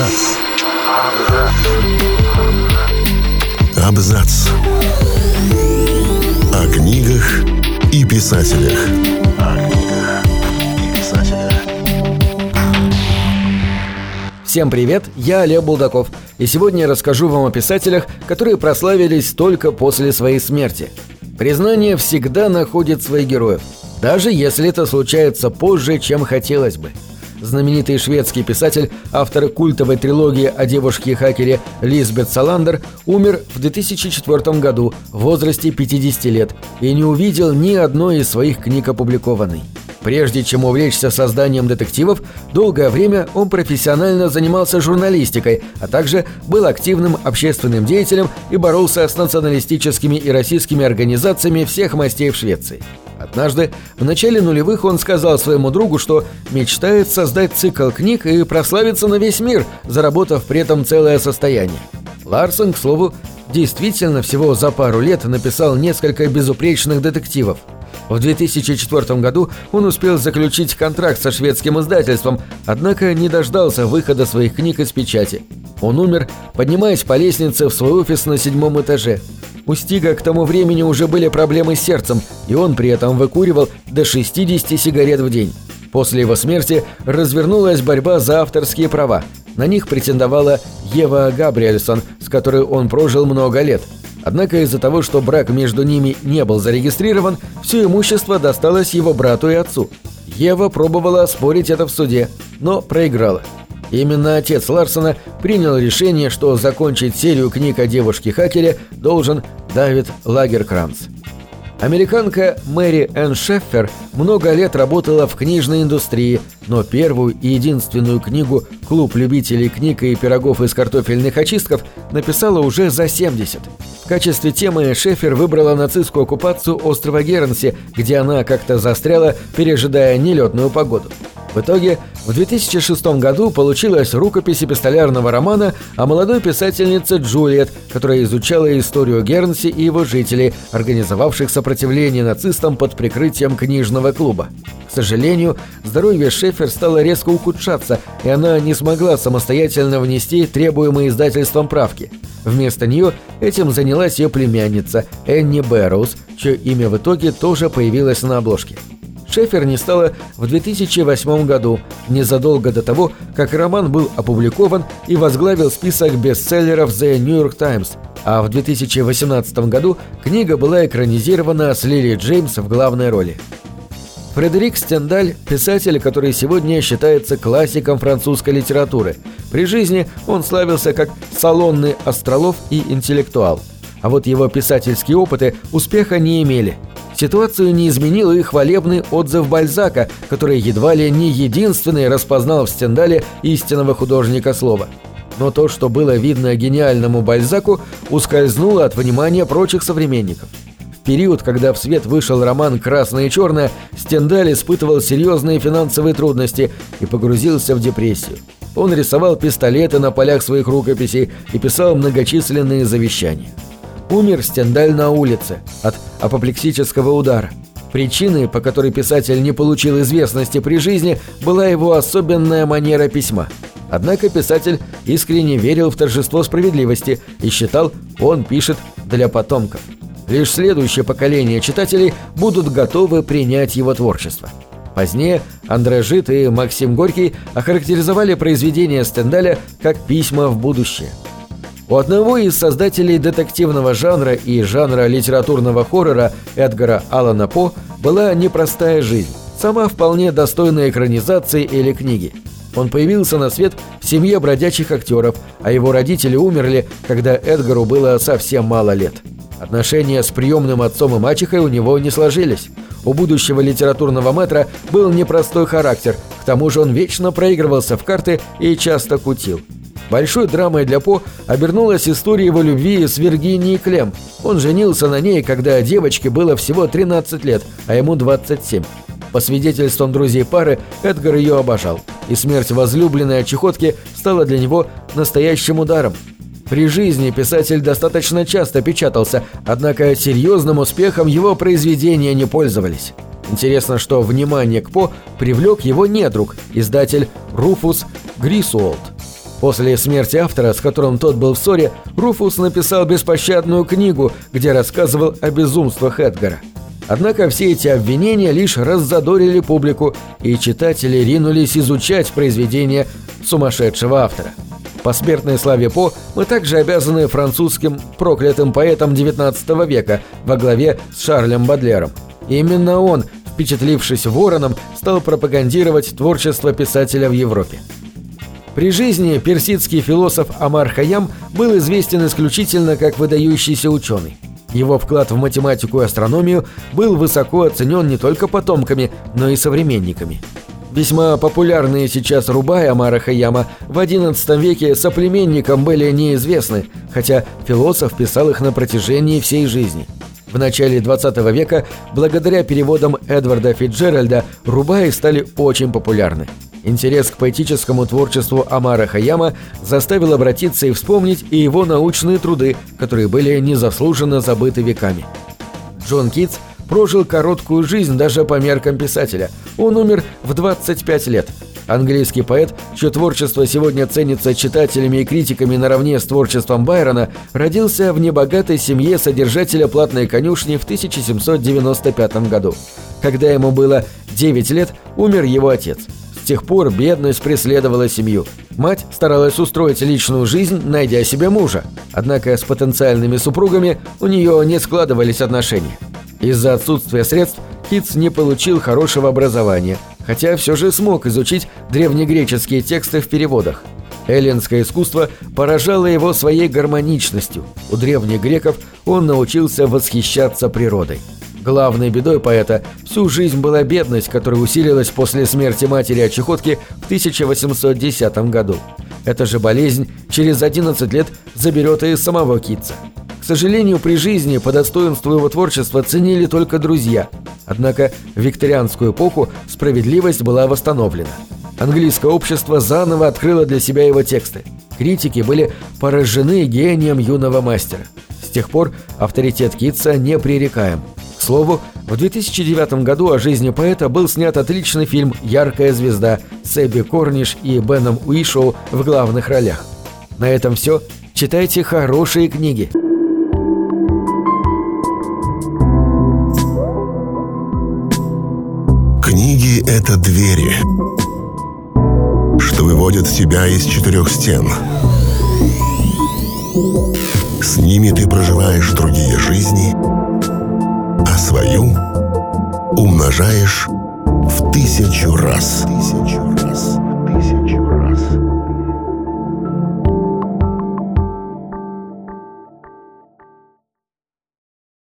Абзац. Абзац. О книгах и писателях. Всем привет, я Олег Булдаков, и сегодня я расскажу вам о писателях, которые прославились только после своей смерти. Признание всегда находит своих героев, даже если это случается позже, чем хотелось бы. Знаменитый шведский писатель, автор культовой трилогии о девушке-хакере Лизбет Саландер, умер в 2004 году в возрасте 50 лет и не увидел ни одной из своих книг опубликованной. Прежде чем увлечься созданием детективов, долгое время он профессионально занимался журналистикой, а также был активным общественным деятелем и боролся с националистическими и российскими организациями всех мастей в Швеции. Однажды, в начале нулевых, он сказал своему другу, что мечтает создать цикл книг и прославиться на весь мир, заработав при этом целое состояние. Ларсон, к слову, действительно всего за пару лет написал несколько безупречных детективов. В 2004 году он успел заключить контракт со шведским издательством, однако не дождался выхода своих книг из печати. Он умер, поднимаясь по лестнице в свой офис на 7-м этаже. У Стига к тому времени уже были проблемы с сердцем, и он при этом выкуривал до 60 сигарет в день. После его смерти развернулась борьба за авторские права. На них претендовала Ева Габриэльсон, с которой он прожил много лет. Однако из-за того, что брак между ними не был зарегистрирован, все имущество досталось его брату и отцу. Ева пробовала оспорить это в суде, но проиграла. Именно отец Ларсона принял решение, что закончить серию книг о девушке-хакере должен Давид Лагеркранц. Американка Мэри Энн Шеффер много лет работала в книжной индустрии, но первую и единственную книгу «Клуб любителей книг и пирогов из картофельных очистков» написала уже за 70. В качестве темы Шеффер выбрала нацистскую оккупацию острова Гернси, где она как-то застряла, пережидая нелетную погоду. В итоге, в 2006 году получилась рукопись эпистолярного романа о молодой писательнице Джульет, которая изучала историю Гернси и его жителей, организовавших сопротивление нацистам под прикрытием книжного клуба. К сожалению, здоровье Шеффер стало резко ухудшаться, и она не смогла самостоятельно внести требуемые издательством правки. Вместо нее этим занялась ее племянница Энни Бэрроуз, чье имя в итоге тоже появилось на обложке. Шеффер не стало в 2008 году, незадолго до того, как роман был опубликован и возглавил список бестселлеров The New York Times, а в 2018 году книга была экранизирована с Лили Джеймс в главной роли. Фредерик Стендаль – писатель, который сегодня считается классиком французской литературы. При жизни он славился как салонный астролог и интеллектуал. А вот его писательские опыты успеха не имели. Ситуацию не изменил и хвалебный отзыв Бальзака, который едва ли не единственный распознал в Стендале истинного художника слова. Но то, что было видно гениальному Бальзаку, ускользнуло от внимания прочих современников. В период, когда в свет вышел роман «Красное и черное», Стендаль испытывал серьезные финансовые трудности и погрузился в депрессию. Он рисовал пистолеты на полях своих рукописей и писал многочисленные завещания. Умер Стендаль на улице от апоплексического удара. Причиной, по которой писатель не получил известности при жизни, была его особенная манера письма. Однако писатель искренне верил в торжество справедливости и считал, он пишет для потомков. Лишь следующее поколение читателей будут готовы принять его творчество. Позднее Андре Жид и Максим Горький охарактеризовали произведение Стендаля как письма в будущее. У одного из создателей детективного жанра и жанра литературного хоррора Эдгара Аллана По была непростая жизнь, сама вполне достойная экранизации или книги. Он появился на свет в семье бродячих актеров, а его родители умерли, когда Эдгару было совсем мало лет. Отношения с приемным отцом и мачехой у него не сложились. У будущего литературного мэтра был непростой характер, к тому же он вечно проигрывался в карты и часто кутил. Большой драмой для По обернулась история его любви с Виргинией Клем. Он женился на ней, когда девочке было всего 13 лет, а ему 27. По свидетельствам друзей пары, Эдгар ее обожал, и смерть возлюбленной от чехотки стала для него настоящим ударом. При жизни писатель достаточно часто печатался, однако серьезным успехом его произведения не пользовались. Интересно, что внимание к По привлек его недруг, издатель Руфус Грисуолт. После смерти автора, с которым тот был в ссоре, Руфус написал беспощадную книгу, где рассказывал о безумствах Эдгара. Однако все эти обвинения лишь раззадорили публику, и читатели ринулись изучать произведения сумасшедшего автора. Посмертной славе По мы также обязаны французским проклятым поэтам XIX века во главе с Шарлем Бодлером. Именно он, впечатлившись Вороном, стал пропагандировать творчество писателя в Европе. При жизни персидский философ Омар Хайям был известен исключительно как выдающийся ученый. Его вклад в математику и астрономию был высоко оценен не только потомками, но и современниками. Весьма популярные сейчас рубаи Омара Хайяма в XI веке соплеменникам были неизвестны, хотя философ писал их на протяжении всей жизни. В начале XX века, благодаря переводам Эдварда Фицджеральда, рубаи стали очень популярны. Интерес к поэтическому творчеству Омара Хайяма заставил обратиться и вспомнить и его научные труды, которые были незаслуженно забыты веками. Джон Китс прожил короткую жизнь даже по меркам писателя. Он умер в 25 лет. Английский поэт, чье творчество сегодня ценится читателями и критиками наравне с творчеством Байрона, родился в небогатой семье содержателя платной конюшни в 1795 году. Когда ему было 9 лет, умер его отец. С тех пор бедность преследовала семью. Мать старалась устроить личную жизнь, найдя себе мужа. Однако с потенциальными супругами у нее не складывались отношения. Из-за отсутствия средств Китс не получил хорошего образования, хотя все же смог изучить древнегреческие тексты в переводах. Эллинское искусство поражало его своей гармоничностью. У древних греков он научился восхищаться природой. Главной бедой поэта всю жизнь была бедность, которая усилилась после смерти матери от чехотки в 1810 году. Эта же болезнь через 11 лет заберет и самого Китса. К сожалению, при жизни по достоинству его творчества ценили только друзья. Однако в викторианскую эпоху справедливость была восстановлена. Английское общество заново открыло для себя его тексты. Критики были поражены гением юного мастера. С тех пор авторитет Китса непререкаем. К слову, в 2009 году о жизни поэта был снят отличный фильм «Яркая звезда» с Эбби Корниш и Беном Уишоу в главных ролях. На этом все. Читайте хорошие книги. Книги — это двери, что выводят тебя из четырех стен. С ними ты проживаешь другие жизни, а свою умножаешь в 1000 раз.